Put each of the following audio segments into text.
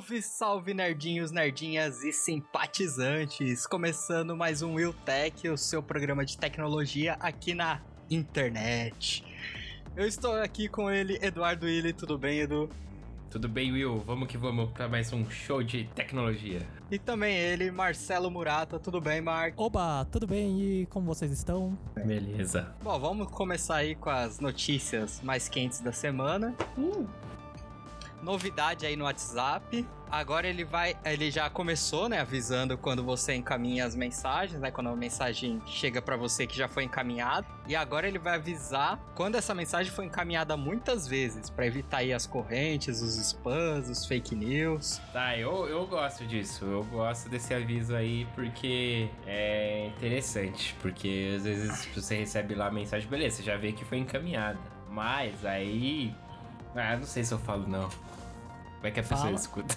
Salve, salve nerdinhos, nerdinhas e simpatizantes! Começando mais um Will Tech, o seu programa de tecnologia aqui na internet. Eu estou aqui com ele, Eduardo Willi. Tudo bem, Edu? Tudo bem, Will? Vamos que vamos para mais um show de tecnologia. E também ele, Marcelo Murata. Tudo bem, Mark? Oba, tudo bem? E como vocês estão? Beleza. Bom, vamos começar aí com as notícias mais quentes da semana. Novidade aí no WhatsApp. Agora ele já começou, né, avisando quando você encaminha as mensagens, né, quando a mensagem chega pra você que já foi encaminhada. E agora ele vai avisar quando essa mensagem foi encaminhada muitas vezes, pra evitar aí as correntes, os spams, os fake news. Tá, eu gosto disso. Eu gosto desse aviso aí porque é interessante. Porque às vezes você recebe lá a mensagem, beleza, você já vê que foi encaminhada. Mas aí... não sei se eu falo não. Como é que a pessoa escuta?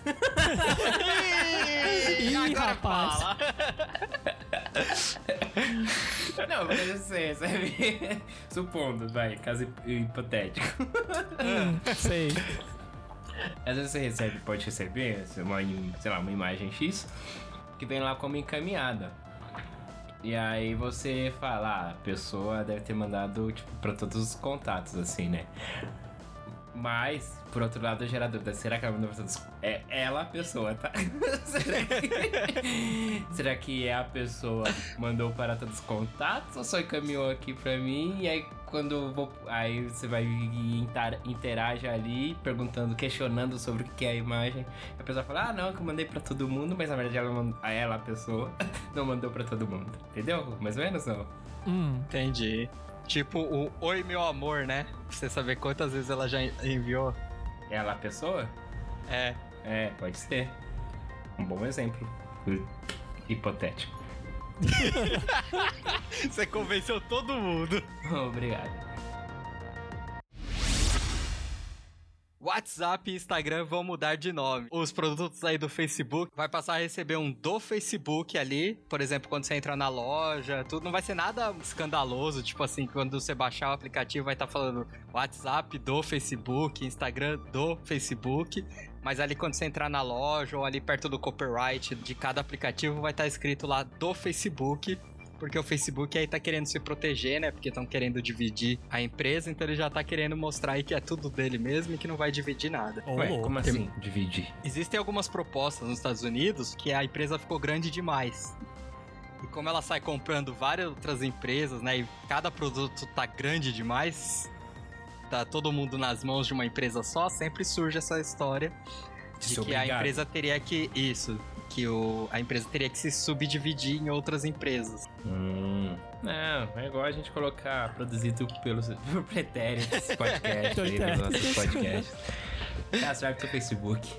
Ih, rapaz! Fala. Não, mas você recebe... Supondo, vai, caso hipotético. Sei. Às vezes você pode receber uma imagem X que vem lá como encaminhada. E aí você fala, a pessoa deve ter mandado, tipo, pra todos os contatos, assim, né? Mas, por outro lado, a geradora, será que ela mandou pra todos? É ela a pessoa, tá? Será que é a pessoa mandou para todos os contatos ou só encaminhou aqui pra mim? E aí, aí você vai interage ali, questionando sobre o que é a imagem. A pessoa fala, não, que eu mandei pra todo mundo, mas na verdade ela a pessoa, não mandou pra todo mundo. Entendeu? Mais ou menos, não? Entendi. Tipo o Oi, meu amor, né? Pra você saber quantas vezes ela já enviou. Ela a pessoa? É. É, pode ser. Um bom exemplo. Hipotético. Você convenceu todo mundo. Obrigado. WhatsApp e Instagram vão mudar de nome. Os produtos aí do Facebook vai passar a receber um do Facebook ali. Por exemplo, quando você entra na loja, tudo não vai ser nada escandaloso. Tipo assim, quando você baixar o aplicativo vai estar falando WhatsApp do Facebook, Instagram do Facebook. Mas ali quando você entrar na loja ou ali perto do copyright de cada aplicativo vai estar escrito lá do Facebook. Porque o Facebook aí tá querendo se proteger, né? Porque estão querendo dividir a empresa, então ele já tá querendo mostrar aí que é tudo dele mesmo e que não vai dividir nada. Ué, como assim, dividir? Existem algumas propostas nos Estados Unidos que a empresa ficou grande demais. E como ela sai comprando várias outras empresas, né? E cada produto tá grande demais, tá todo mundo nas mãos de uma empresa só, sempre surge essa história de que a empresa teria que... a empresa teria que se subdividir em outras empresas. Não, é igual a gente colocar produzido pelos pretéritos podcast aí nos nossos podcasts. Serve pro Facebook.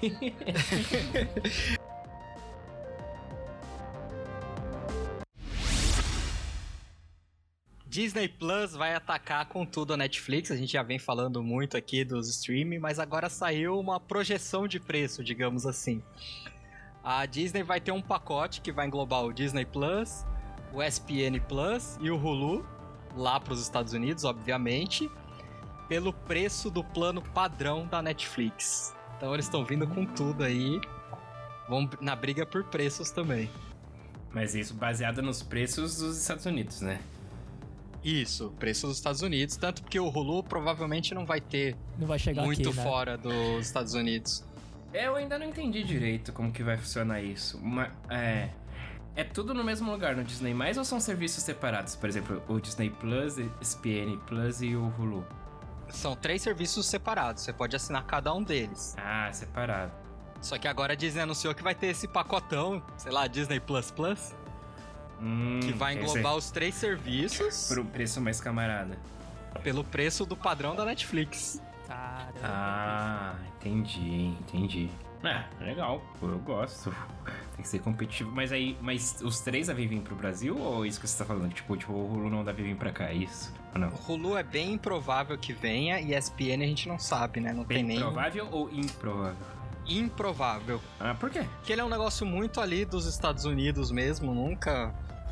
Disney Plus vai atacar com tudo a Netflix. A gente já vem falando muito aqui dos streaming, mas agora saiu uma projeção de preço, digamos assim. A Disney vai ter um pacote que vai englobar o Disney Plus, o ESPN Plus e o Hulu, lá para os Estados Unidos, obviamente, pelo preço do plano padrão da Netflix. Então eles estão vindo com tudo aí, vão na briga por preços também. Mas isso baseado nos preços dos Estados Unidos, né? Isso, preço dos Estados Unidos, tanto porque o Hulu provavelmente não vai chegar muito aqui, né? Fora dos Estados Unidos. Eu ainda não entendi direito como que vai funcionar isso. É tudo no mesmo lugar no Disney+, ou são serviços separados? Por exemplo, o Disney Plus, ESPN Plus e o Hulu. São 3 serviços separados, você pode assinar cada um deles. Ah, separado. Só que agora a Disney anunciou que vai ter esse pacotão, sei lá, Disney Plus Plus, que vai englobar os 3 serviços. Por um preço mais camarada. Pelo preço do padrão da Netflix. Caramba. Ah, entendi. Legal, eu gosto. Tem que ser competitivo. Mas os 3 devem vir pro Brasil ou isso que você tá falando? Tipo, o Hulu não deve vir pra cá, é isso? Ou não? O Hulu é bem improvável que venha e ESPN a gente não sabe, né? Não bem tem nem... provável ou improvável? Improvável. Ah, por quê? Porque ele é um negócio muito ali dos Estados Unidos mesmo, nunca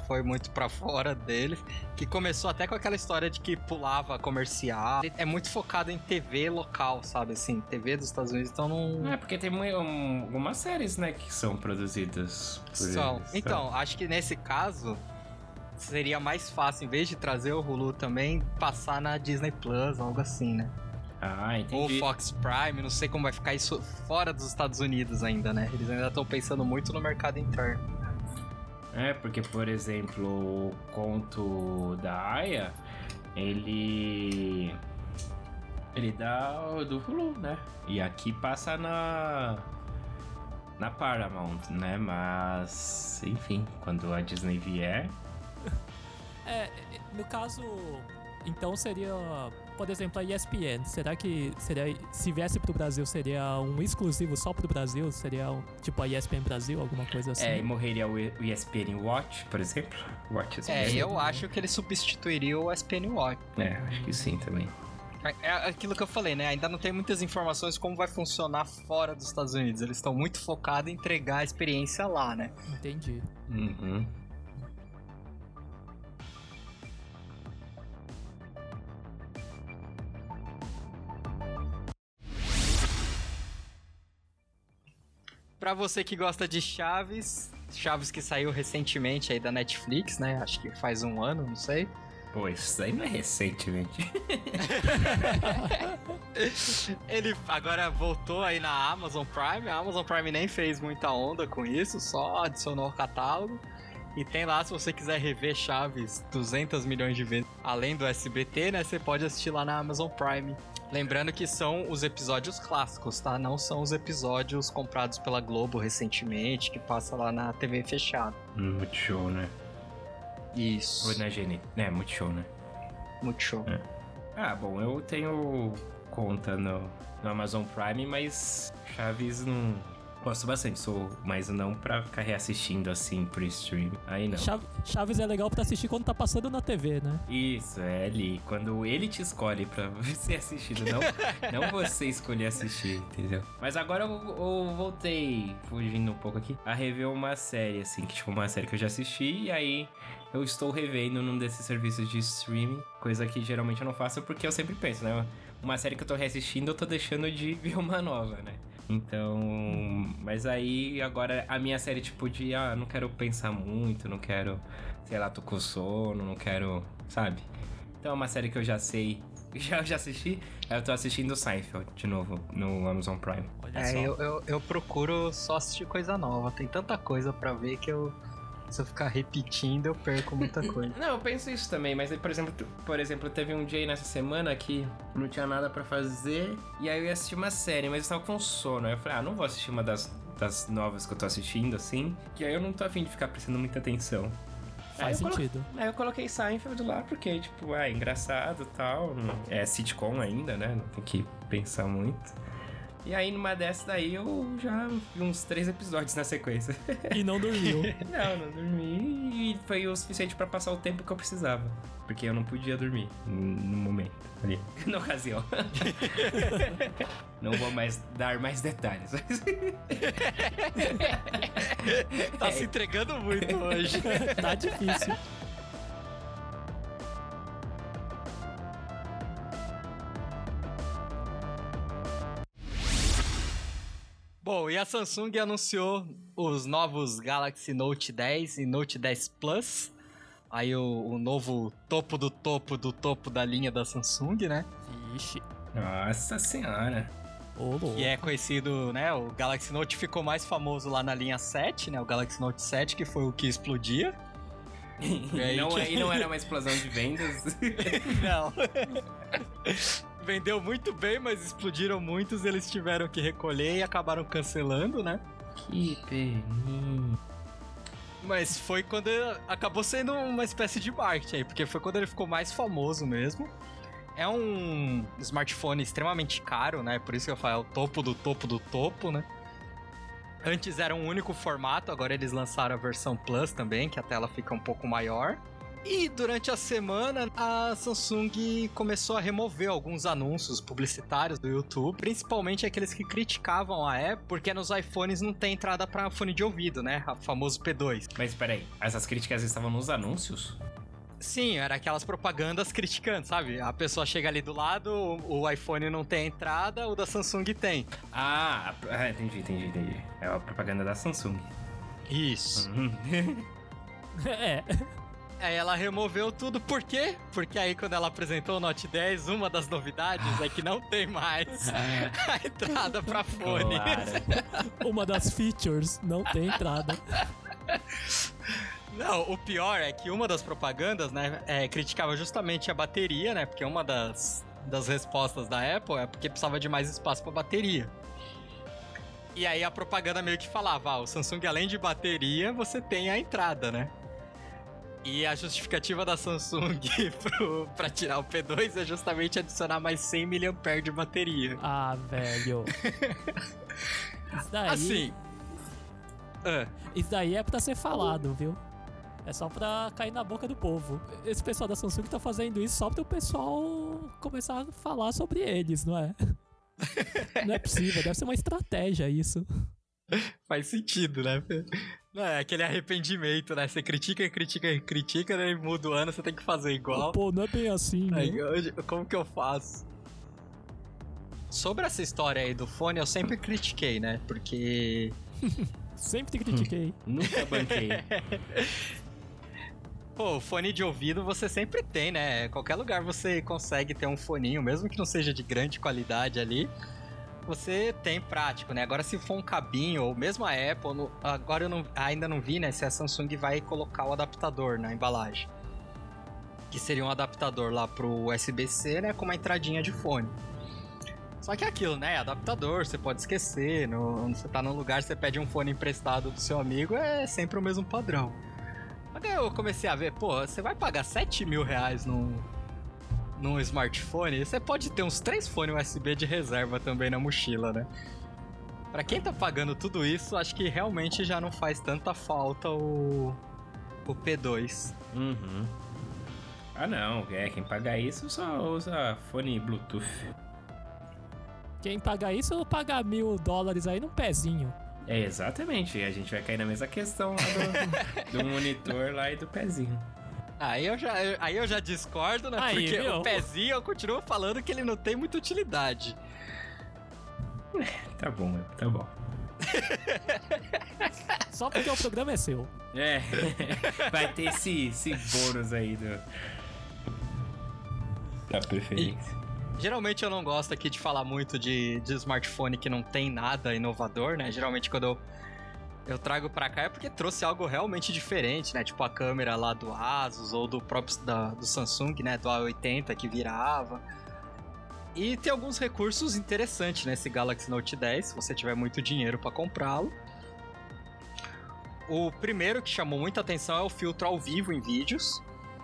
foi muito pra fora dele. Que começou até com aquela história de que pulava comercial. É muito focado em TV local, sabe? Assim, TV dos Estados Unidos, então não... Porque tem algumas séries, né, que são produzidas por São. eles. Então, acho que nesse caso seria mais fácil, em vez de trazer o Hulu também, passar na Disney Plus, algo assim, né? Ah, entendi. Ou Fox Prime, não sei como vai ficar isso fora dos Estados Unidos ainda, né? Eles ainda estão pensando muito no mercado interno. Porque, por exemplo, o conto da Aya, ele dá do Hulu, né? E aqui passa na Paramount, né? Mas, enfim, quando a Disney vier... No caso, então seria, por exemplo, a ESPN. Será que se viesse pro Brasil, seria um exclusivo só pro Brasil? Seria tipo a ESPN Brasil, alguma coisa assim? E morreria o ESPN Watch, por exemplo? Watch eu acho que ele substituiria o ESPN Watch. Acho que sim também. É aquilo que eu falei, né? Ainda não tem muitas informações como vai funcionar fora dos Estados Unidos. Eles estão muito focados em entregar a experiência lá, né? Entendi. Uhum. Pra você que gosta de Chaves que saiu recentemente aí da Netflix, né? Acho que faz um ano, não sei. Pô, isso aí não é recentemente. Ele agora voltou aí na Amazon Prime. A Amazon Prime nem fez muita onda com isso, só adicionou ao catálogo. E tem lá, se você quiser rever Chaves 200 milhões de vezes, além do SBT, né? Você pode assistir lá na Amazon Prime. Lembrando que são os episódios clássicos, tá? Não são os episódios comprados pela Globo recentemente, que passa lá na TV fechada. Muito show, né? Isso. Ou na GN. Muito show, né? Muito show. Bom, eu tenho conta no Amazon Prime, mas Chaves não... Gosto bastante, mas não pra ficar reassistindo assim por stream. Aí não. Chaves é legal pra assistir quando tá passando na TV, né? Isso, é ali. Quando ele te escolhe pra você assistir, não você escolher assistir, entendeu? Mas agora eu voltei, fugindo um pouco aqui, a rever uma série, assim, que tipo, uma série que eu já assisti, e aí eu estou revendo num desses serviços de streaming, coisa que geralmente eu não faço porque eu sempre penso, né? Uma série que eu tô reassistindo, eu tô deixando de ver uma nova, né? Então, mas aí agora a minha série tipo de, não quero pensar muito, não quero, sei lá, tô com sono, não quero, sabe? Então é uma série que eu já sei, já assisti, aí eu tô assistindo Seinfeld de novo no Amazon Prime. Olha só. Eu procuro só assistir coisa nova, tem tanta coisa pra ver que se eu ficar repetindo, eu perco muita coisa. Não, eu penso isso também, mas aí, por exemplo, teve um dia aí nessa semana que não tinha nada pra fazer, e aí eu ia assistir uma série, mas eu tava com sono. Aí eu falei, não vou assistir uma das novas que eu tô assistindo, assim, que aí eu não tô afim de ficar prestando muita atenção. Faz sentido. Aí eu coloquei Seinfeld lá, porque, tipo, é engraçado e tal, é sitcom ainda, né, não tem que pensar muito. E aí, numa dessas daí, eu já vi uns 3 episódios na sequência. E não dormiu. Não dormi. E foi o suficiente pra passar o tempo que eu precisava. Porque eu não podia dormir no momento, ali, na ocasião. Não vou mais dar mais detalhes. Tá se entregando muito hoje. Tá difícil. Bom, e a Samsung anunciou os novos Galaxy Note 10 e Note 10 Plus. Aí o novo topo do topo da linha da Samsung, né? Ixi. Nossa senhora. Ô, louco. Que é conhecido, né? O Galaxy Note ficou mais famoso lá na linha 7, né? O Galaxy Note 7, que foi o que explodia. E não era uma explosão de vendas. Não. Vendeu muito bem, mas explodiram muitos, eles tiveram que recolher e acabaram cancelando, né? Que peninho. Mas foi quando acabou sendo uma espécie de marketing aí, porque foi quando ele ficou mais famoso mesmo. É um smartphone extremamente caro, né? Por isso que eu falo, é o topo do topo, né? Antes era um único formato, agora eles lançaram a versão Plus também, que a tela fica um pouco maior. E durante a semana, a Samsung começou a remover alguns anúncios publicitários do YouTube, principalmente aqueles que criticavam a Apple, porque nos iPhones não tem entrada para fone de ouvido, né? O famoso P2. Mas peraí, essas críticas estavam nos anúncios? Sim, era aquelas propagandas criticando, sabe? A pessoa chega ali do lado, o iPhone não tem entrada, o da Samsung tem. Entendi. É a propaganda da Samsung. Isso. É. Aí ela removeu tudo, por quê? Porque aí quando ela apresentou o Note 10, uma das novidades é que não tem mais a entrada pra fone. Claro. Uma das features não tem entrada. Não, o pior é que uma das propagandas, né, criticava justamente a bateria, né? Porque uma das respostas da Apple é porque precisava de mais espaço pra bateria. E aí a propaganda meio que falava, o Samsung além de bateria, você tem a entrada, né? E a justificativa da Samsung pra tirar o P2 é justamente adicionar mais 100 mAh de bateria. Ah, velho. Isso daí... Assim... Isso daí é pra ser falado, viu? É só pra cair na boca do povo. Esse pessoal da Samsung tá fazendo isso só pro pessoal começar a falar sobre eles, não é? Não é possível, deve ser uma estratégia isso. Faz sentido, né? Não, é aquele arrependimento, né? Você critica, né? E muda o ano, você tem que fazer igual. Pô, não é bem assim, né? Como que eu faço? Sobre essa história aí do fone, eu sempre critiquei, né? Porque... Sempre te critiquei. Nunca banquei. Pô, fone de ouvido você sempre tem, né? Qualquer lugar você consegue ter um foninho, mesmo que não seja de grande qualidade ali. Você tem prático, né? Agora, se for um cabinho, ou mesmo a Apple, agora eu ainda não vi, né? Se a Samsung vai colocar o adaptador na embalagem. Que seria um adaptador lá pro USB-C, né? Com uma entradinha de fone. Só que é aquilo, né? Adaptador, você pode esquecer. Você tá num lugar, você pede um fone emprestado do seu amigo, é sempre o mesmo padrão. Aí eu comecei a ver, pô, você vai pagar 7 mil reais num smartphone, você pode ter uns 3 fones USB de reserva também na mochila, né? Pra quem tá pagando tudo isso, acho que realmente já não faz tanta falta o P2. Uhum. Ah, não. Quem paga isso só usa fone Bluetooth. Quem paga isso, paga $1.000 aí num pezinho. É, exatamente. A gente vai cair na mesma questão lá do monitor lá e do pezinho. Aí eu já discordo, né? Aí, porque viu? o pezinho eu continuo falando que ele não tem muita utilidade. Tá bom, tá bom. Só porque o programa é seu. É, vai ter esse bônus aí da preferência. Geralmente eu não gosto aqui de falar muito de smartphone que não tem nada inovador, né? Geralmente quando eu trago pra cá é porque trouxe algo realmente diferente, né? Tipo a câmera lá do Asus ou do próprio do Samsung, né? Do A80 que virava. E tem alguns recursos interessantes nesse Galaxy Note 10, se você tiver muito dinheiro pra comprá-lo. O primeiro que chamou muita atenção é o filtro ao vivo em vídeos.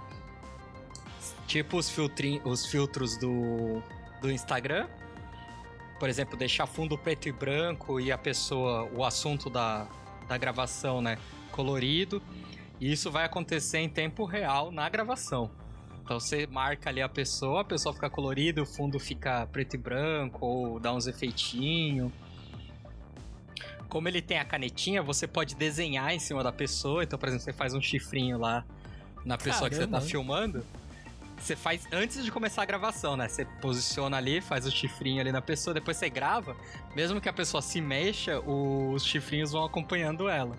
Tipo os filtros do Instagram. Por exemplo, deixar fundo preto e branco e a pessoa, o assunto da gravação, né, colorido. E isso vai acontecer em tempo real na gravação. Então você marca ali a pessoa fica colorida, o fundo fica preto e branco, ou dá uns efeitinhos. Como ele tem a canetinha, você pode desenhar em cima da pessoa. Então, por exemplo, você faz um chifrinho lá na pessoa que você tá filmando. Você faz antes de começar a gravação, né? Você posiciona ali, faz o chifrinho ali na pessoa, depois você grava. Mesmo que a pessoa se mexa, os chifrinhos vão acompanhando ela.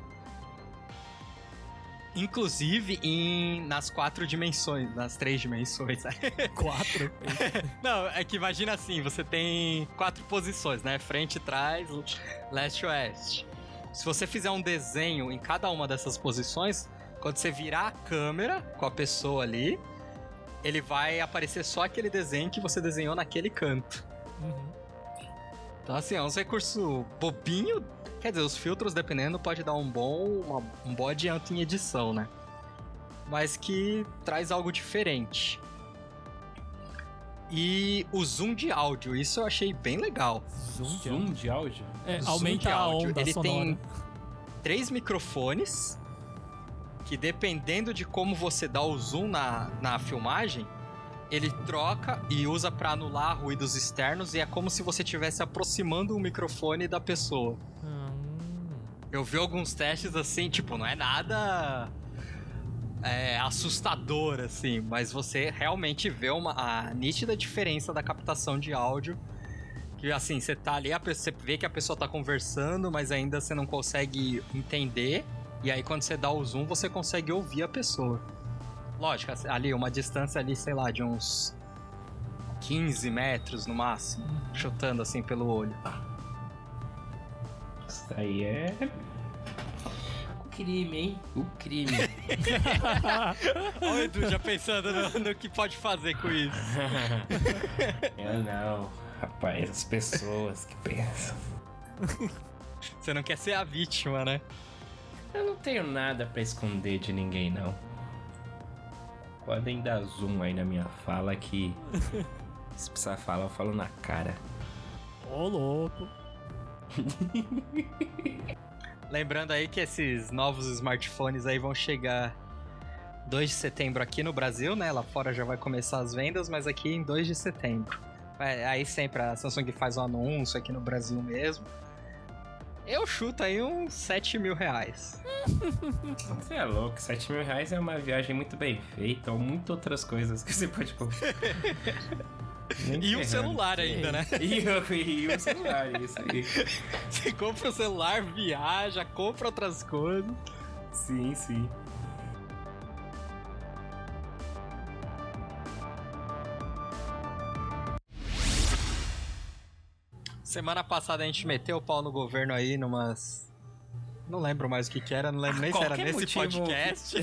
Inclusive nas 4 dimensões, nas 3 dimensões. 4? Não, é que imagina assim, você tem 4 posições, né? Frente, trás, leste e oeste. Se você fizer um desenho em cada uma dessas posições, quando você virar a câmera com a pessoa ali, ele vai aparecer só aquele desenho que você desenhou naquele canto. Uhum. Então, assim, é um recurso bobinho. Quer dizer, os filtros, dependendo, pode dar um bom adianto em edição, né? Mas que traz algo diferente. E o zoom de áudio, isso eu achei bem legal. Zoom de áudio? É, aumenta a onda Ele sonora. tem 3 microfones que dependendo de como você dá o zoom na filmagem, ele troca e usa pra anular ruídos externos e é como se você estivesse aproximando o microfone da pessoa. Eu vi alguns testes assim, tipo, não é nada assustador, assim, mas você realmente vê a nítida diferença da captação de áudio. Que assim, você tá ali, você vê que a pessoa tá conversando, mas ainda você não consegue entender. E aí quando você dá o zoom, você consegue ouvir a pessoa. Lógico, ali, uma distância ali, sei lá, de uns 15 metros no máximo, chutando assim pelo olho. Isso aí é... o crime, hein? O crime. Olha o Edu já pensando no que pode fazer com isso. Eu não, rapaz, as pessoas que pensam. Você não quer ser a vítima, né? Eu não tenho nada pra esconder de ninguém, não. Podem dar zoom aí na minha fala que... se precisar falar, eu falo na cara. Ô, louco. Lembrando aí que esses novos smartphones aí vão chegar 2 de setembro aqui no Brasil, né? Lá fora já vai começar as vendas, mas aqui em 2 de setembro. Aí sempre a Samsung faz um anúncio aqui no Brasil mesmo. Eu chuto aí uns 7 mil reais. Você é louco, 7 mil reais é uma viagem muito bem feita, ou muitas outras coisas que você pode comprar. E um celular ainda, né? E um celular, isso aí. Você compra o celular, viaja, compra outras coisas. Sim, sim. Semana passada a gente meteu o pau no governo aí numas... Não lembro mais o que era, não lembro nem se era nesse podcast.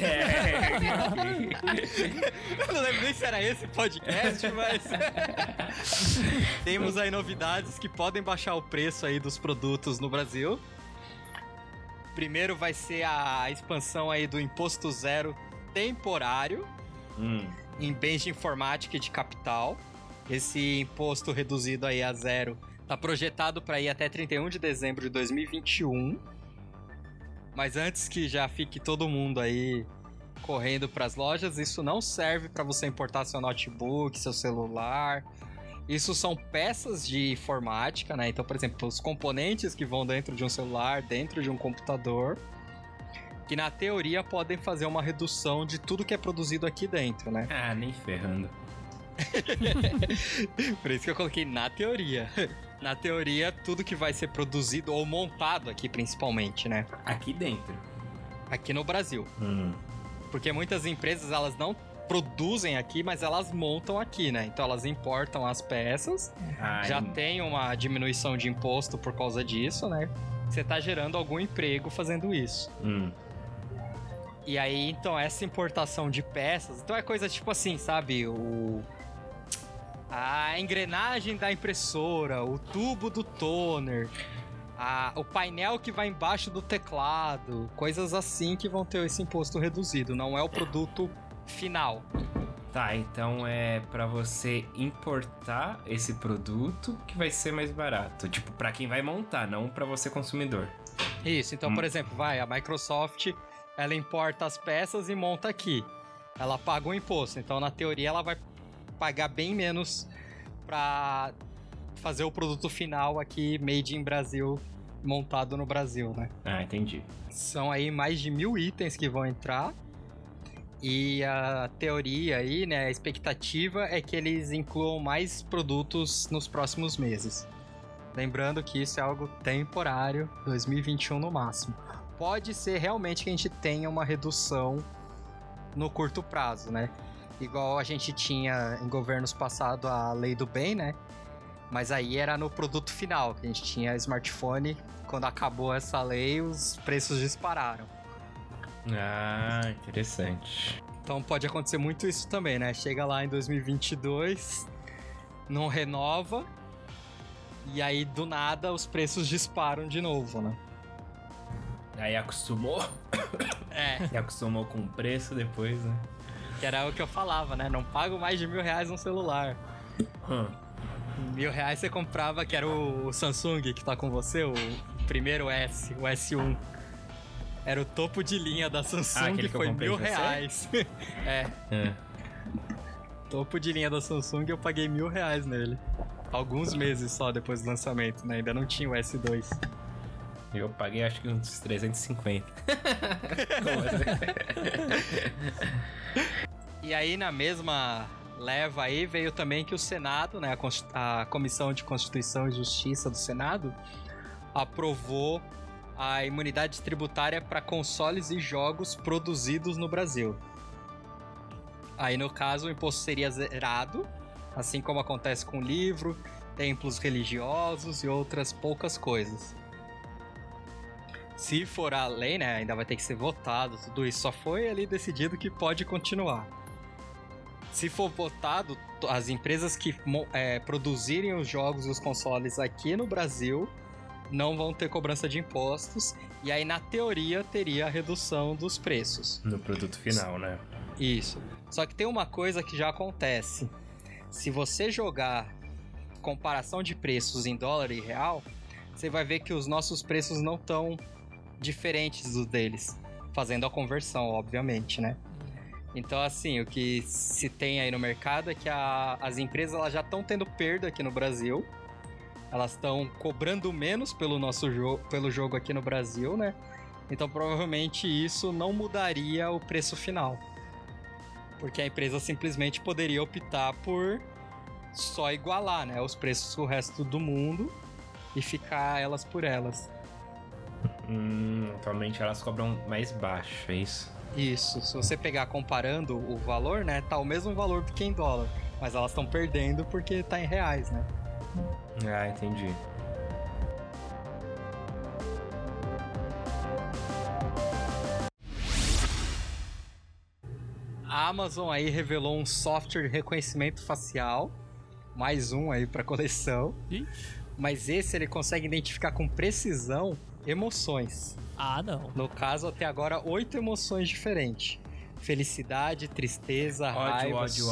Eu não lembro nem se era esse podcast, mas... Temos aí novidades que podem baixar o preço aí dos produtos no Brasil. Primeiro vai ser a expansão aí do Imposto Zero temporário em bens de informática e de capital. Esse imposto reduzido aí a zero tá projetado para ir até 31 de dezembro de 2021. Mas antes que já fique todo mundo aí correndo para as lojas, isso não serve para você importar seu notebook, seu celular. Isso são peças de informática, né? Então, por exemplo, os componentes que vão dentro de um celular, dentro de um computador, que na teoria podem fazer uma redução de tudo que é produzido aqui dentro, né? Ah, nem ferrando. Por isso que eu coloquei na teoria. Na teoria, tudo que vai ser produzido ou montado aqui, principalmente, né? Aqui dentro. Aqui no Brasil. Porque muitas empresas, elas não produzem aqui, mas elas montam aqui, né? Então elas importam as peças. Já tem uma diminuição de imposto por causa disso, né? Você tá gerando algum emprego fazendo isso. E aí, então, essa importação de peças... Então é coisa tipo assim, sabe? A engrenagem da impressora, o tubo do toner, o painel que vai embaixo do teclado, coisas assim que vão ter esse imposto reduzido, não é o produto final. Tá, então é pra você importar esse produto que vai ser mais barato. Tipo, pra quem vai montar, não pra você consumidor. Isso, então, por exemplo, a Microsoft, ela importa as peças e monta aqui. Ela paga o imposto, então na teoria ela vai pagar bem menos pra fazer o produto final aqui, made in Brasil, montado no Brasil, né? Ah, entendi. São aí mais de 1000 itens que vão entrar. E a teoria aí, né, a expectativa é que eles incluam mais produtos nos próximos meses. Lembrando que isso é algo temporário, 2021 no máximo. Pode ser realmente que a gente tenha uma redução no curto prazo, né? Igual a gente tinha em governos passados a lei do bem, né? Mas aí era no produto final, que a gente tinha smartphone. Quando acabou essa lei, os preços dispararam. Ah, interessante. Então pode acontecer muito isso também, né? Chega lá em 2022, não renova, e aí do nada os preços disparam de novo, né? Aí acostumou? E acostumou com o preço depois, né? Que era o que eu falava, né? Não pago mais de R$1.000 um celular. R$1.000 você comprava, que era o Samsung que tá com você, o primeiro S, o S1. Era o topo de linha da Samsung, aquele que eu foi comprei de você? R$1.000. É. Topo de linha da Samsung, eu paguei R$1.000 nele. Alguns meses só depois do lançamento, né? Ainda não tinha o S2. Eu paguei acho que uns 350. E aí, na mesma leva aí, veio também que o Senado, né? A Comissão de Constituição e Justiça do Senado aprovou a imunidade tributária para consoles e jogos produzidos no Brasil. Aí, no caso, o imposto seria zerado, assim como acontece com livro, templos religiosos e outras poucas coisas. Se for a lei, né, ainda vai ter que ser votado, tudo isso. Só foi ali decidido que pode continuar. Se for votado, as empresas que produzirem os jogos e os consoles aqui no Brasil não vão ter cobrança de impostos. E aí, na teoria, teria a redução dos preços. No produto final, né? Isso. Só que tem uma coisa que já acontece. Se você jogar comparação de preços em dólar e real, você vai ver que os nossos preços não estão diferentes dos deles. Fazendo a conversão, obviamente, né? Então, assim, o que se tem aí no mercado é que as empresas elas já estão tendo perda aqui no Brasil. Elas estão cobrando menos pelo pelo jogo aqui no Brasil, né? Então, provavelmente, isso não mudaria o preço final. Porque a empresa simplesmente poderia optar por só igualar, né, os preços com o resto do mundo e ficar elas por elas. Atualmente elas cobram mais baixo, é isso? Isso. Se você pegar comparando o valor, né, tá o mesmo valor que em dólar. Mas elas estão perdendo porque tá em reais, né? Ah, entendi. A Amazon aí revelou um software de reconhecimento facial, mais um aí pra coleção. Mas esse ele consegue identificar com precisão emoções. Ah, não. No caso, até agora, 8 emoções diferentes. Felicidade, tristeza, raiva... Ódio.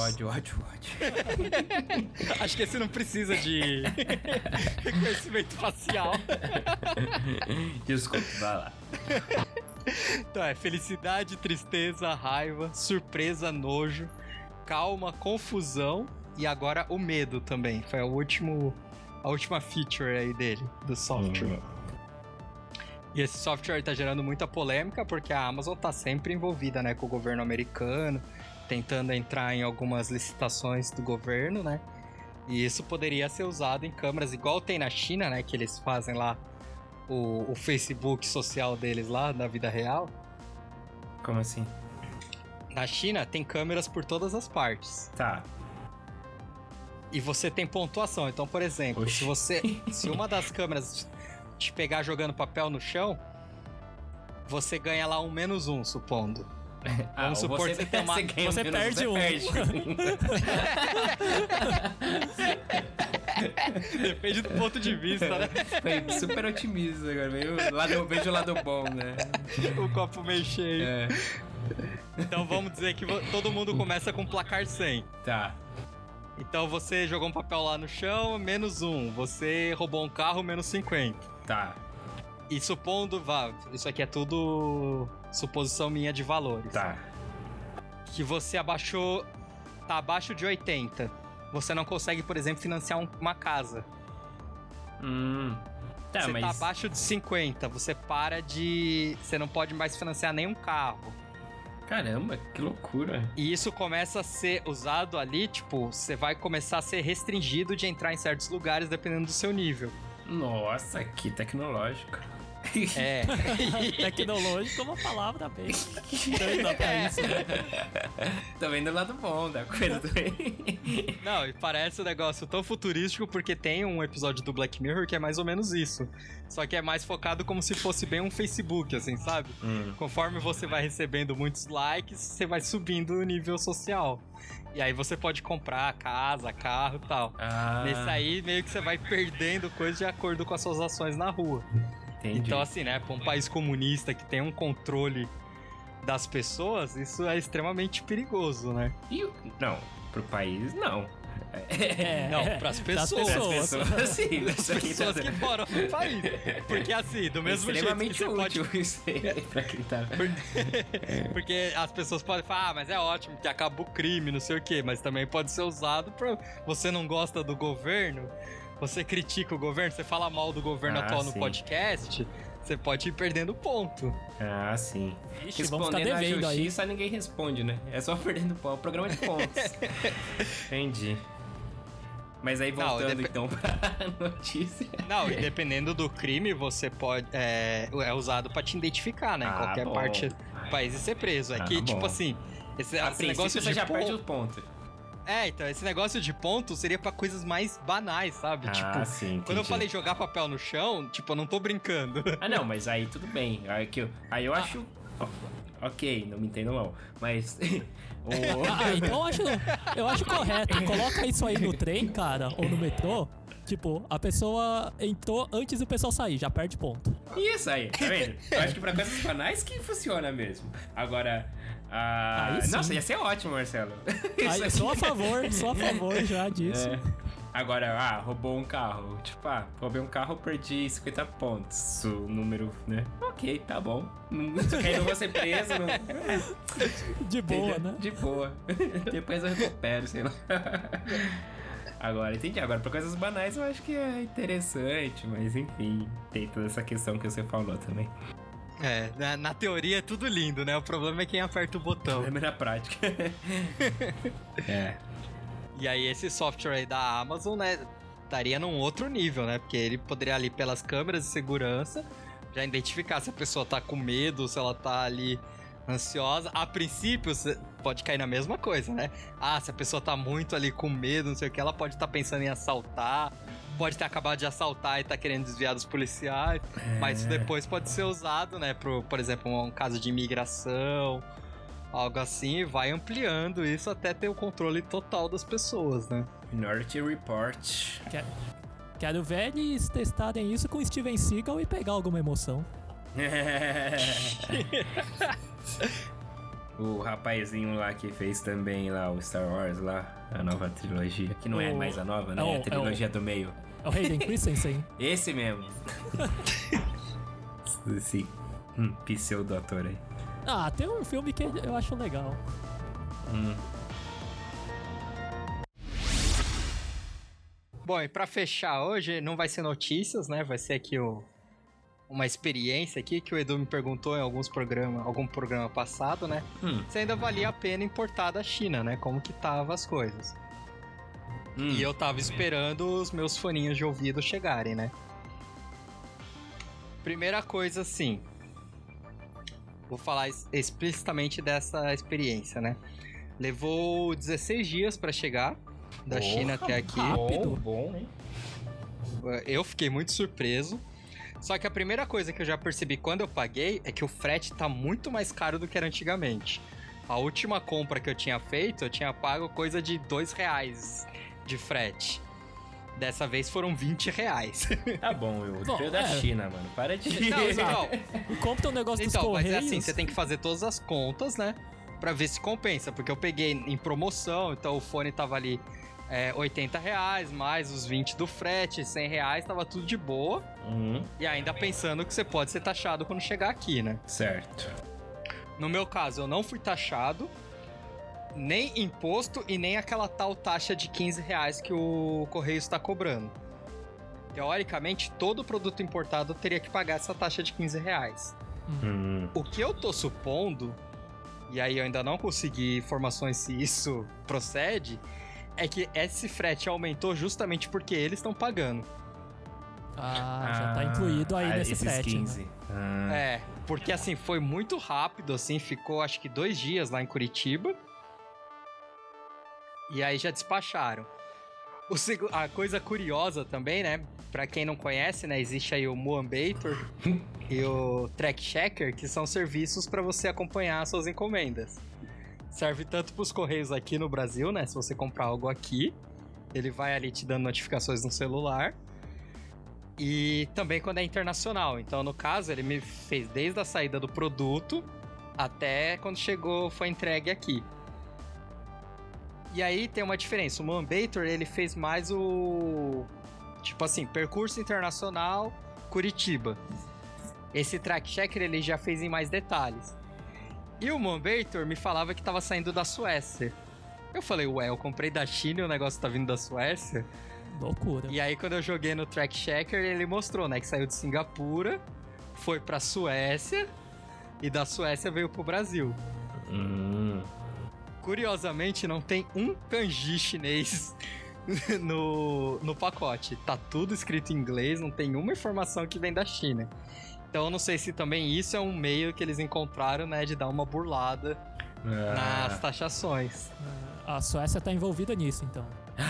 Acho que esse não precisa de reconhecimento facial. Desculpa, vai lá. Então felicidade, tristeza, raiva, surpresa, nojo, calma, confusão e agora o medo também. Foi a última feature aí dele, do software. E esse software tá gerando muita polêmica porque a Amazon tá sempre envolvida, né, com o governo americano, tentando entrar em algumas licitações do governo, né? E isso poderia ser usado em câmeras igual tem na China, né, que eles fazem lá o Facebook social deles lá, na vida real. Como assim? Na China tem câmeras por todas as partes. Tá. E você tem pontuação. Então, por exemplo, se uma das câmeras te pegar jogando papel no chão, você ganha lá um -1, supondo. Vamos supor que você tem uma... Você perde um. Depende do ponto de vista, né? Foi super otimista agora. Vejo o lado bom, né? O copo meio cheio. É. Então vamos dizer que todo mundo começa com placar 100. Tá. Então você jogou um papel lá no chão, -1. Você roubou um carro, -50. Tá. E supondo, isso aqui é tudo suposição minha de valores. Tá. Que você tá abaixo de 80. Você não consegue, por exemplo, financiar uma casa. Tá, Você tá abaixo de 50, você não pode mais financiar nenhum carro. Caramba, que loucura. E isso começa a ser usado ali, tipo, você vai começar a ser restringido de entrar em certos lugares dependendo do seu nível. Nossa, que tecnológico. É. Tecnológico é uma palavra bem estranha pra isso, né? Tô vendo o lado bom da coisa também. Não, e parece um negócio tão futurístico porque tem um episódio do Black Mirror que é mais ou menos isso. Só que é mais focado como se fosse bem um Facebook, assim, sabe? Conforme você vai recebendo muitos likes, você vai subindo o nível social. E aí você pode comprar casa, carro e tal. Nesse aí, meio que você vai perdendo coisas de acordo com as suas ações na rua. Entendi. Então, assim, né, pra um país comunista que tem um controle das pessoas, isso é extremamente perigoso, né? Não, pro país, não. Não, pras pessoas. Sim, As pessoas que moram no país. Porque assim, do mesmo jeito que você útil pode... isso aí pra quem tá... Porque as pessoas podem falar, mas é ótimo que acaba o crime, não sei o quê. Mas também pode ser usado pra... Você não gosta do governo, você critica o governo, você fala mal do governo atual no podcast, você pode ir perdendo ponto. Ah, sim. Ixi, vamos ficar devendo aí. Justiça, ninguém responde, né? É só perdendo ponto. É um programa de pontos. Entendi. Mas aí voltando então pra notícia. Não, e dependendo do crime, você pode... É usado pra te identificar, né? Em qualquer parte do país e ser preso. É que, tipo assim... Esse negócio você já perde o ponto. Então, esse negócio de ponto seria pra coisas mais banais, sabe? Sim, quando eu falei jogar papel no chão, tipo, eu não tô brincando. Não, mas aí tudo bem. Aí eu acho... Ok, não me entendo mal. Mas... então eu acho correto. Coloca isso aí no trem, cara, ou no metrô. Tipo, a pessoa entrou antes do pessoal sair, já perde ponto. Isso aí, tá vendo? Eu acho que pra coisas banais que funciona mesmo. Agora... nossa, ia ser ótimo, Marcelo. Sou a favor já disso. Agora, roubou um carro. Tipo, roubei um carro, perdi 50 pontos. O número, né? Ok, tá bom. Aí não vou ser preso. Não... De boa, né? De boa. Depois eu recupero, sei lá. Agora, entendi. Agora, pra coisas banais eu acho que é interessante, mas enfim, tem toda essa questão que você falou também. Na teoria é tudo lindo, né? O problema é quem aperta o botão. É na prática. E aí esse software aí da Amazon, né, estaria num outro nível, né? Porque ele poderia ali pelas câmeras de segurança já identificar se a pessoa tá com medo, se ela tá ali ansiosa. A princípio, você pode cair na mesma coisa, né? Se a pessoa tá muito ali com medo, não sei o que, ela pode estar pensando em assaltar, pode ter acabado de assaltar e tá querendo desviar dos policiais, mas isso depois pode ser usado, né, por exemplo, um caso de imigração, algo assim, vai ampliando isso até ter o controle total das pessoas, né? Minority Report. Quero ver eles testarem isso com Steven Seagal e pegar alguma emoção. O rapazinho lá que fez também lá o Star Wars lá, a nova trilogia, que não é mais a nova, né? É a trilogia do meio. É o Hayden Christensen? Esse mesmo. Esse pseudo-ator aí. Tem um filme que eu acho legal. Bom, e pra fechar hoje, não vai ser notícias, né? Vai ser aqui uma experiência aqui que o Edu me perguntou em algum programa passado, né? Se ainda valia a pena importar da China, né? Como que tava as coisas. E eu tava esperando os meus foninhos de ouvido chegarem, né? Primeira coisa, assim... Vou falar explicitamente dessa experiência, né? Levou 16 dias pra chegar da China até aqui. Rápido. Bom, hein? Eu fiquei muito surpreso. Só que a primeira coisa que eu já percebi quando eu paguei é que o frete tá muito mais caro do que era antigamente. A última compra que eu tinha feito, eu tinha pago coisa de R$2 de frete. Dessa vez foram R$20. Tá bom, eu veio da China, mano. Para de... Não. Compra um negócio dos Correios. Mas é assim, você tem que fazer todas as contas, né? Pra ver se compensa. Porque eu peguei em promoção, então o fone tava ali R$80, mais os 20 do frete, R$100, tava tudo de boa. E ainda pensando que você pode ser taxado quando chegar aqui, né? Certo. No meu caso, eu não fui taxado. Nem imposto e nem aquela tal taxa de R$15 que o Correio está cobrando. Teoricamente, todo produto importado teria que pagar essa taxa de R$15. O que eu tô supondo, e aí eu ainda não consegui informações se isso procede, é que esse frete aumentou justamente porque eles estão pagando. Já tá incluído aí nesse frete. 15. Né? Porque assim, foi muito rápido, assim, ficou acho que 2 dias lá em Curitiba. E aí já despacharam. A coisa curiosa também, né? Pra quem não conhece, né? Existe aí o Moambator e o Track Checker, que são serviços pra você acompanhar suas encomendas. Serve tanto pros Correios aqui no Brasil, né? Se você comprar algo aqui, ele vai ali te dando notificações no celular. E também quando é internacional. Então, no caso, ele me fez desde a saída do produto até quando foi entregue aqui. E aí tem uma diferença. O Manbator, ele fez mais o... tipo assim, percurso internacional, Curitiba. Esse Track Checker, ele já fez em mais detalhes. E o Manbator me falava que tava saindo da Suécia. Eu falei, ué, eu comprei da China e o negócio tá vindo da Suécia? Loucura. E aí, quando eu joguei no Track Checker, ele mostrou, né, que saiu de Singapura, foi pra Suécia, e da Suécia veio pro Brasil. Curiosamente, não tem um kanji chinês no pacote. Tá tudo escrito em inglês, não tem uma informação que vem da China. Então, eu não sei se também isso é um meio que eles encontraram, né, de dar uma burlada nas taxações. A Suécia tá envolvida nisso, então.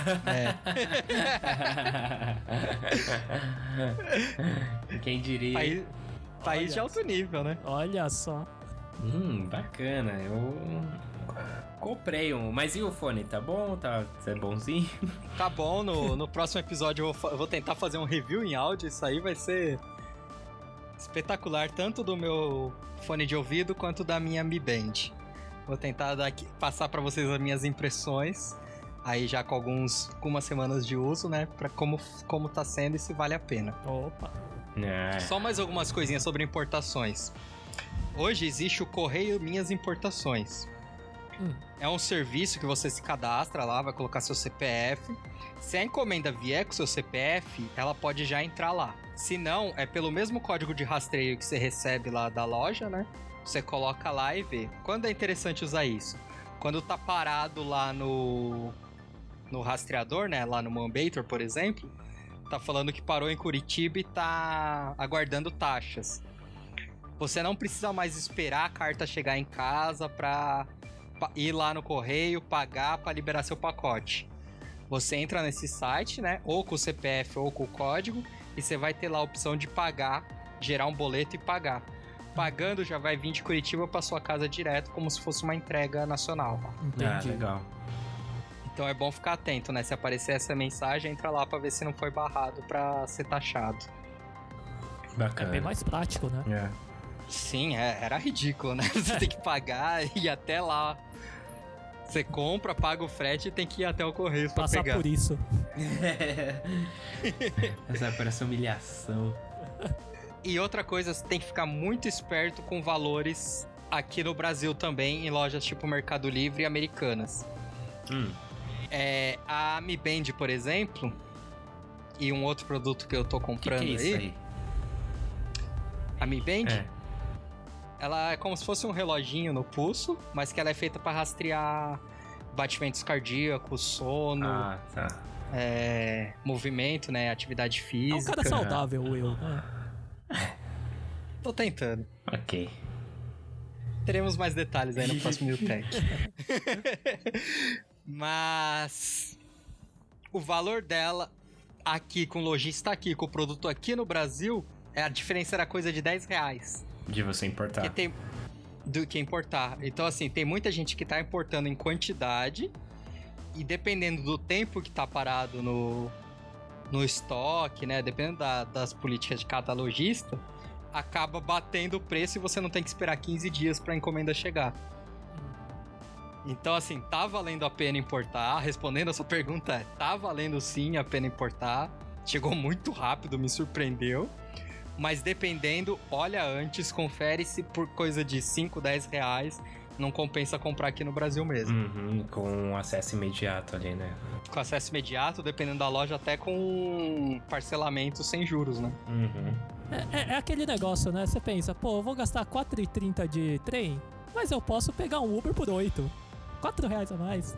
Quem diria? País de alto nível, né? Olha só. Bacana. Eu comprei um. Mas e o fone? Tá bom? Tá bonzinho? Tá bom, no próximo episódio eu vou tentar fazer um review em áudio. Isso aí vai ser espetacular, tanto do meu fone de ouvido quanto da minha Mi Band. Vou tentar passar pra vocês as minhas impressões, aí já com algumas semanas de uso, né? Pra como tá sendo e se vale a pena. Opa. Só mais algumas coisinhas sobre importações. Hoje existe o Correio Minhas Importações. É um serviço que você se cadastra lá, vai colocar seu CPF. Se a encomenda vier com seu CPF, ela pode já entrar lá. Se não, é pelo mesmo código de rastreio que você recebe lá da loja, né? Você coloca lá e vê. Quando é interessante usar isso? Quando tá parado lá no rastreador, né? Lá no Manbator, por exemplo, tá falando que parou em Curitiba e tá aguardando taxas. Você não precisa mais esperar a carta chegar em casa pra ir lá no correio, pagar pra liberar seu pacote. Você entra nesse site, né? Ou com o CPF ou com o código, e você vai ter lá a opção de pagar, gerar um boleto e pagar. Pagando, já vai vir de Curitiba pra sua casa direto, como se fosse uma entrega nacional. Entendi. Legal. Então é bom ficar atento, né? Se aparecer essa mensagem, entra lá pra ver se não foi barrado pra ser taxado. É Bacana. bem mais prático, né? Sim, era ridículo, né? Você tem que pagar e ir até lá. Você compra, paga o frete e tem que ir até o correio pra Passar pegar. por isso. Essa parece humilhação. E outra coisa, você tem que ficar muito esperto com valores aqui no Brasil também, em lojas tipo Mercado Livre e Americanas. A Mi Band, por exemplo, e um outro produto que eu tô comprando que é isso aí? A Mi Band, ela é como se fosse um reloginho no pulso, mas que ela é feita para rastrear batimentos cardíacos, sono, movimento, né, atividade física. É um cara saudável, Will. Tô tentando. Ok. Teremos mais detalhes aí no próximo New Tech. Mas o valor dela aqui com o lojista aqui, com o produto aqui no Brasil, a diferença era coisa de R$10. De você importar. Do que importar. Então, assim, tem muita gente que tá importando em quantidade e dependendo do tempo que tá parado no estoque, né? Dependendo das políticas de cada lojista, acaba batendo o preço e você não tem que esperar 15 dias pra encomenda chegar. Então, assim, tá valendo a pena importar? Respondendo a sua pergunta, tá valendo sim a pena importar. Chegou muito rápido, me surpreendeu. Mas dependendo, olha antes, confere se por coisa de 5, 10 reais não compensa comprar aqui no Brasil mesmo. Com acesso imediato ali, né? Com acesso imediato, dependendo da loja, até com parcelamento sem juros, né? É aquele negócio, né? Você pensa, pô, eu vou gastar R$4,30 de trem, mas eu posso pegar um Uber por 8. R$4 a mais.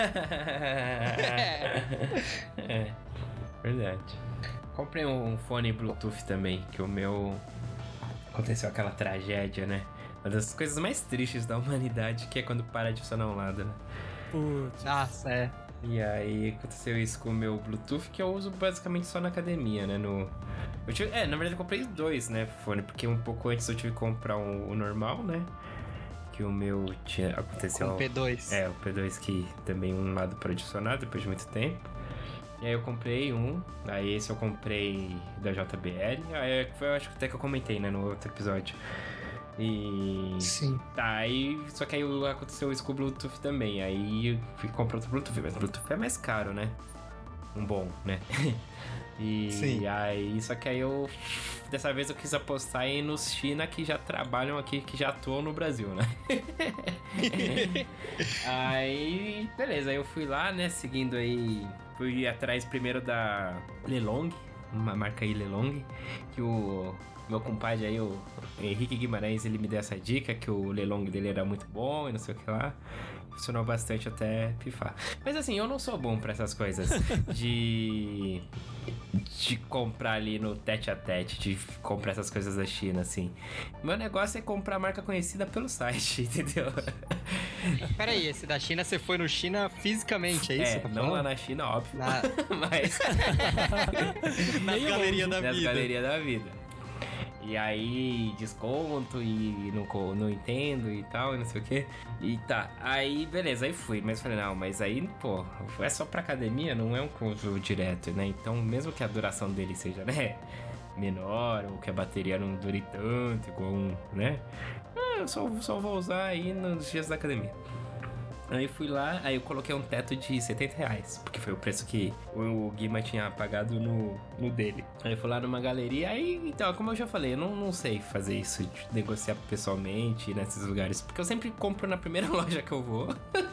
Verdade. Comprei um fone Bluetooth também, que o meu... Aconteceu aquela tragédia, né? Uma das coisas mais tristes da humanidade, que é quando para de funcionar um lado, né? Putz. Nossa, é. E aí aconteceu isso com o meu Bluetooth, que eu uso basicamente só na academia, né? Na verdade eu comprei 2, né, fone, porque um pouco antes eu tive que comprar o normal, né? Que o meu aconteceu... Com o P2. O P2 que também um lado para adicionar depois de muito tempo. E aí eu comprei aí esse eu comprei da JBL, aí eu acho que até que eu comentei, né, no outro episódio. E... Sim. Tá, aí... Só que aí aconteceu isso com o Bluetooth também. Aí eu fui comprar outro Bluetooth, mas o Bluetooth é mais caro, né? Um bom, né? E Sim. aí... Só que aí eu... Dessa vez eu quis apostar aí nos China que já trabalham aqui, que já atuam no Brasil, né? Aí... Beleza, aí eu fui lá, né? Seguindo aí... Fui atrás primeiro da Lelong, uma marca aí Lelong, que o meu compadre aí, o Henrique Guimarães, ele me deu essa dica, que o Lelong dele era muito bom e não sei o que lá. Funcionou bastante até pifar. Mas assim, eu não sou bom pra essas coisas de comprar ali no tete-a-tete, de comprar essas coisas da China, assim. Meu negócio é comprar marca conhecida pelo site, entendeu? Peraí, esse da China, você foi no China fisicamente, é isso? que você tá não lá falando? na China, óbvio. Na- Mas... Nas galerias da nas vida. galerias da vida. E aí, desconto e não entendo e tal, e não sei o que. E tá, aí beleza, aí fui. Mas falei, não, mas aí, pô, é só pra academia, não é um consumo direto, né? Então, mesmo que a duração dele seja, né, menor, ou que a bateria não dure tanto, igual né? Eu só vou usar aí nos dias da academia. Aí fui lá, aí eu coloquei um teto de R$70, porque foi o preço que o Guima tinha pagado no dele. Aí eu fui lá numa galeria, aí, então, como eu já falei, eu não sei fazer isso, de negociar pessoalmente nesses lugares, porque eu sempre compro na primeira loja que eu vou.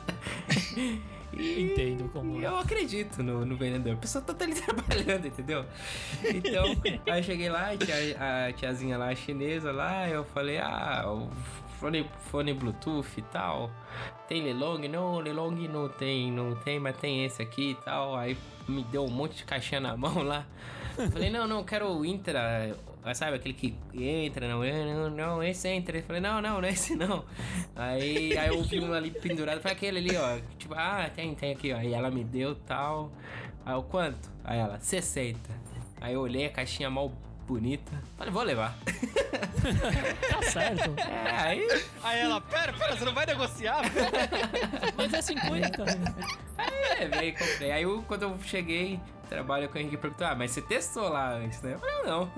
Entendo como E é. eu acredito no vendedor. A pessoa tá ali trabalhando, entendeu? Então, aí eu cheguei lá, e a tiazinha lá, a chinesa lá, eu falei, o fone Bluetooth e tal. Tem Lelong? Não, Lelong não tem, mas tem esse aqui e tal. Aí me deu um monte de caixinha na mão lá. Falei, não, quero o Intra. Sabe, aquele que entra, não, esse entra. Eu falei, não é esse não. Aí eu vi um ali pendurado, falei, aquele ali, ó. Tipo, tem aqui, ó. Aí ela me deu tal. Aí eu, quanto? Aí ela, 60. Aí eu olhei a caixinha mal bonita. Falei, vou levar. Tá certo. Aí Aí ela, pera, você não vai negociar? Mas é 50. veio e comprei. Aí quando eu cheguei, trabalho com o Henrique, perguntou, mas você testou lá antes, né? Eu falei, não.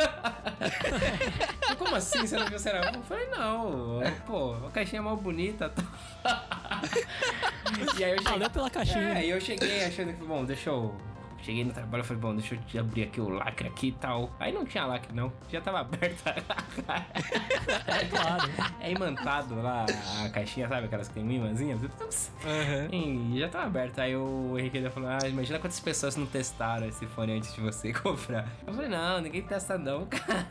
Como assim? Você não viu se era bom? Eu falei, não. Pô, a caixinha é mal bonita. E aí eu cheguei... Valeu pela caixinha. Aí eu cheguei achando que, bom, deixa eu... Cheguei no trabalho e falei, bom, deixa eu te abrir aqui o lacre aqui e tal. Aí não tinha lacre, não. Já tava aberta. É claro. É imantado lá a caixinha, sabe? Aquelas que tem uma imãzinha. E já tava aberta. Aí o Henrique ainda falou, imagina quantas pessoas não testaram esse fone antes de você comprar. Eu falei, não, ninguém testa não, cara.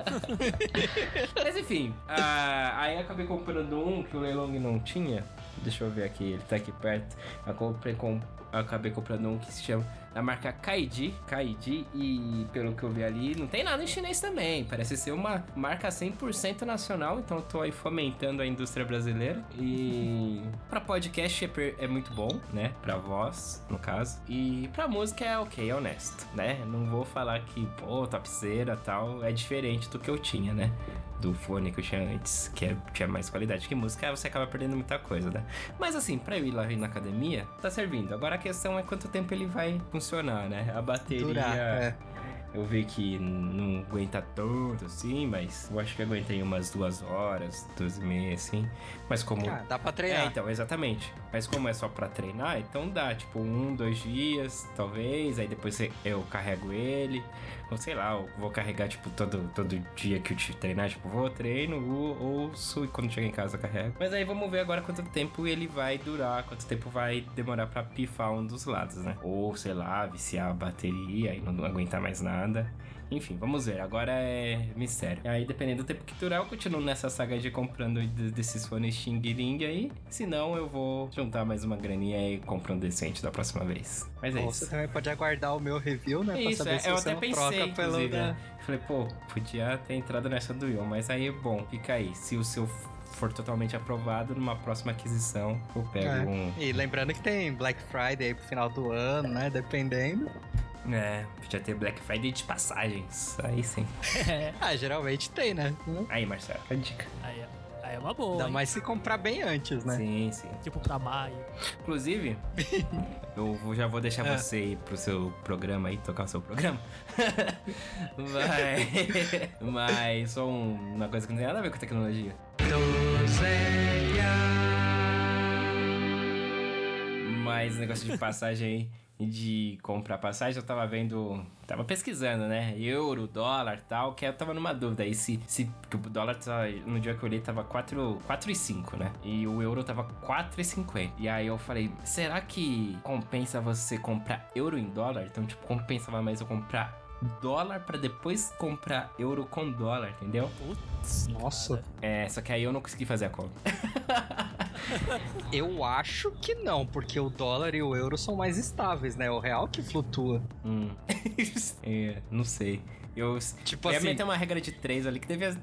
Mas enfim, aí eu acabei comprando um que o Lelong não tinha. Deixa eu ver aqui, ele tá aqui perto. Eu acabei comprando um que se chama da marca Kaidi, e pelo que eu vi ali, não tem nada em chinês também. Parece ser uma marca 100% nacional, então eu tô aí fomentando a indústria brasileira. E pra podcast é muito bom, né? Pra voz, no caso. E pra música é ok, é honesto, né? Não vou falar que, pô, topzera e tal, é diferente do que eu tinha, né? Do fone que eu tinha antes, que tinha mais qualidade. Que música você acaba perdendo muita coisa, né? Mas assim, pra eu ir lá na academia, tá servindo. Agora a questão é quanto tempo ele vai funcionar, né? A bateria... Durar, Eu vi que não aguenta tanto, assim, mas eu acho que aguentei umas 2 horas, 2h30, assim. Mas como... dá pra treinar. Então, exatamente. Mas como é só pra treinar, então dá, tipo, 1, 2 dias, talvez. Aí depois eu carrego ele. Ou sei lá, eu vou carregar, tipo, todo dia que eu te treinar. Tipo, vou, treino, ouço e quando chegar em casa eu carrego. Mas aí vamos ver agora quanto tempo ele vai durar, quanto tempo vai demorar pra pifar um dos lados, né? Ou, sei lá, viciar a bateria e não aguentar mais nada. Enfim, vamos ver. Agora é mistério. E aí, dependendo do tempo que durar, eu continuo nessa saga de comprando desses fones xing-ling aí. Se não, eu vou juntar mais uma graninha e comprar um decente da próxima vez. Mas é Ou isso. você também pode aguardar o meu review, né? Isso, pra saber se eu você até não pensei, troca pelo... inclusive. Né? Falei, pô, podia ter entrado nessa do Ion, mas aí, bom, fica aí. Se o seu for totalmente aprovado, numa próxima aquisição, eu pego um... E lembrando que tem Black Friday aí pro final do ano, né? Dependendo. Podia ter Black Friday de passagens. Aí sim. É. Geralmente tem, né? Aí, Marcelo, a dica. Aí É uma boa. Ainda hein? mais se comprar bem antes, né? Sim, sim. Tipo pra maio. Inclusive, já vou deixar você ir pro seu programa aí, tocar o seu programa. Mas só uma coisa que não tem nada a ver com tecnologia. Mas negócio de passagem aí, de comprar passagem, eu tava pesquisando, né? Euro, dólar e tal, que eu tava numa dúvida aí que o dólar no dia que eu olhei tava 4,5, né? E o euro tava 4,50. E aí eu falei, será que compensa você comprar euro em dólar? Então, tipo, compensava mais eu comprar dólar pra depois comprar euro com dólar, entendeu? Putz. Nossa. Só que aí eu não consegui fazer a conta. Eu acho que não, porque o dólar e o euro são mais estáveis, né? O real que flutua. Não sei. Tipo ia assim, meter uma regra de 3 ali que devia...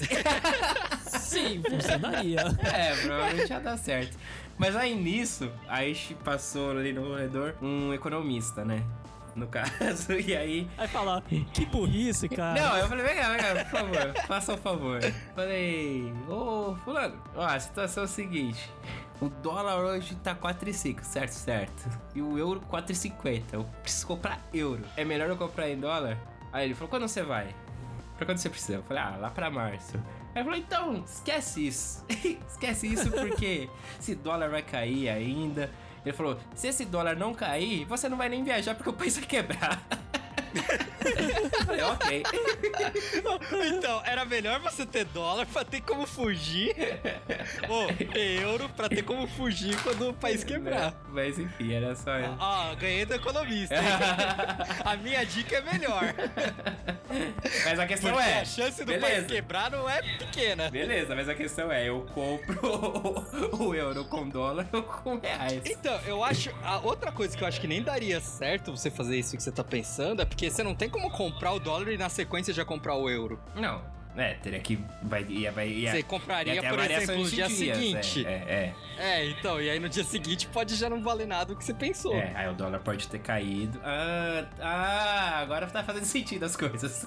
Sim, funcionaria. Provavelmente ia dar certo. Mas aí nisso, aí passou ali no corredor um economista, né? No caso, e aí... Aí falar, que burrice, cara. Não, eu falei, vem cá, por favor, faça um favor. Falei, ô, fulano, ó, a situação é a seguinte. O dólar hoje tá 4,5, certo. E o euro 4,50. Eu preciso comprar euro. É melhor eu comprar em dólar? Aí ele falou, quando você vai? Pra quando você precisa? Eu falei, lá pra março. Aí ele falou, então, esquece isso. Esquece isso porque esse dólar vai cair ainda. Ele falou, se esse dólar não cair, você não vai nem viajar porque o país vai quebrar. Eu falei, ok. Então, era melhor você ter dólar pra ter como fugir. Ou euro pra ter como fugir quando o país quebrar. Mas enfim, era só isso. Ganhei do economista. A minha dica é melhor. Mas a questão Porque é... a chance do país quebrar não é pequena. Beleza, mas a questão é, eu compro o euro com dólar ou com reais. Então, eu acho... A outra coisa que eu acho que nem daria certo você fazer isso que você tá pensando é porque você não tem como comprar o dólar e na sequência já comprar o euro. Não, teria que... Você compraria, por exemplo, no dia seguinte. Então, e aí no dia seguinte pode já não valer nada o que você pensou. Aí o dólar pode ter caído. Agora tá fazendo sentido as coisas.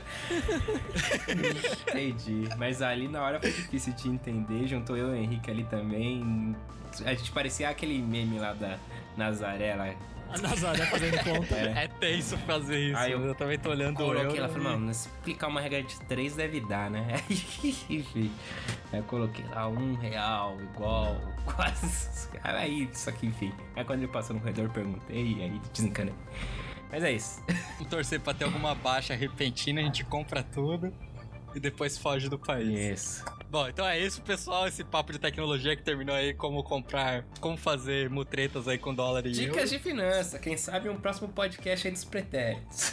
Entendi. Mas ali na hora foi difícil de entender, juntou eu e o Henrique ali também. A gente parecia aquele meme lá da Nazaré lá. A Nazaré fazendo conta. É tenso fazer isso. Aí eu também tô olhando o coloquei euro. lá e falei, mano, se explicar uma regra de 3 deve dar, né? Enfim. Aí eu coloquei lá R$1 igual, quase. Aí, só que enfim. Aí quando ele passou no corredor, eu perguntei e aí desencanei. Mas é isso. Vamos torcer pra ter alguma baixa repentina, a gente compra tudo e depois foge do país. Isso. Bom, então é isso, pessoal. Esse papo de tecnologia que terminou aí, como fazer mutretas aí com dólar e euro. Dicas de finança. Quem sabe um próximo podcast aí dos pretéritos.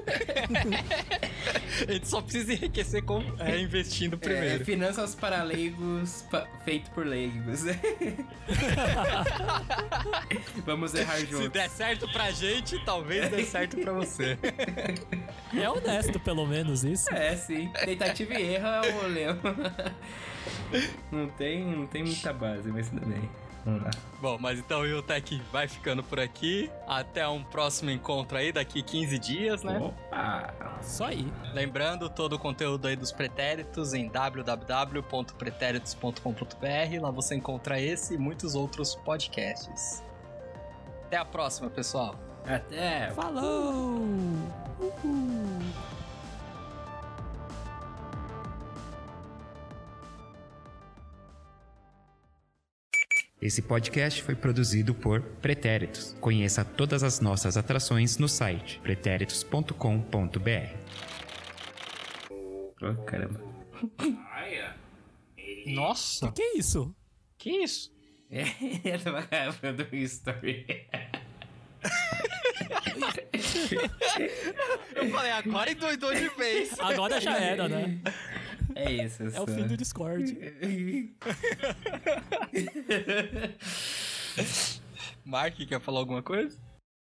A gente só precisa enriquecer investindo primeiro. Finanças para leigos, feito por leigos. Vamos errar juntos. Se der certo pra gente, talvez dê certo pra você. É honesto, pelo menos, isso. Sim. Tentativa e erro é o rolê. Não tem muita base, mas tudo bem. Vamos lá. Bom, mas então o Yutech vai ficando por aqui. Até um próximo encontro aí, daqui 15 dias, né? Opa! Isso aí. Lembrando, todo o conteúdo aí dos pretéritos em www.pretéritos.com.br. Lá você encontra esse e muitos outros podcasts. Até a próxima, pessoal. Até! Falou! Uhul. Esse podcast foi produzido por Pretéritos. Conheça todas as nossas atrações no site pretéritos.com.br. Oh, caramba. Nossa! Que é isso? Que isso? Eu tava gravando um story. Eu falei, agora endoidou de vez. Agora já era, né? É isso. É o fim do Discord. Mark, quer falar alguma coisa?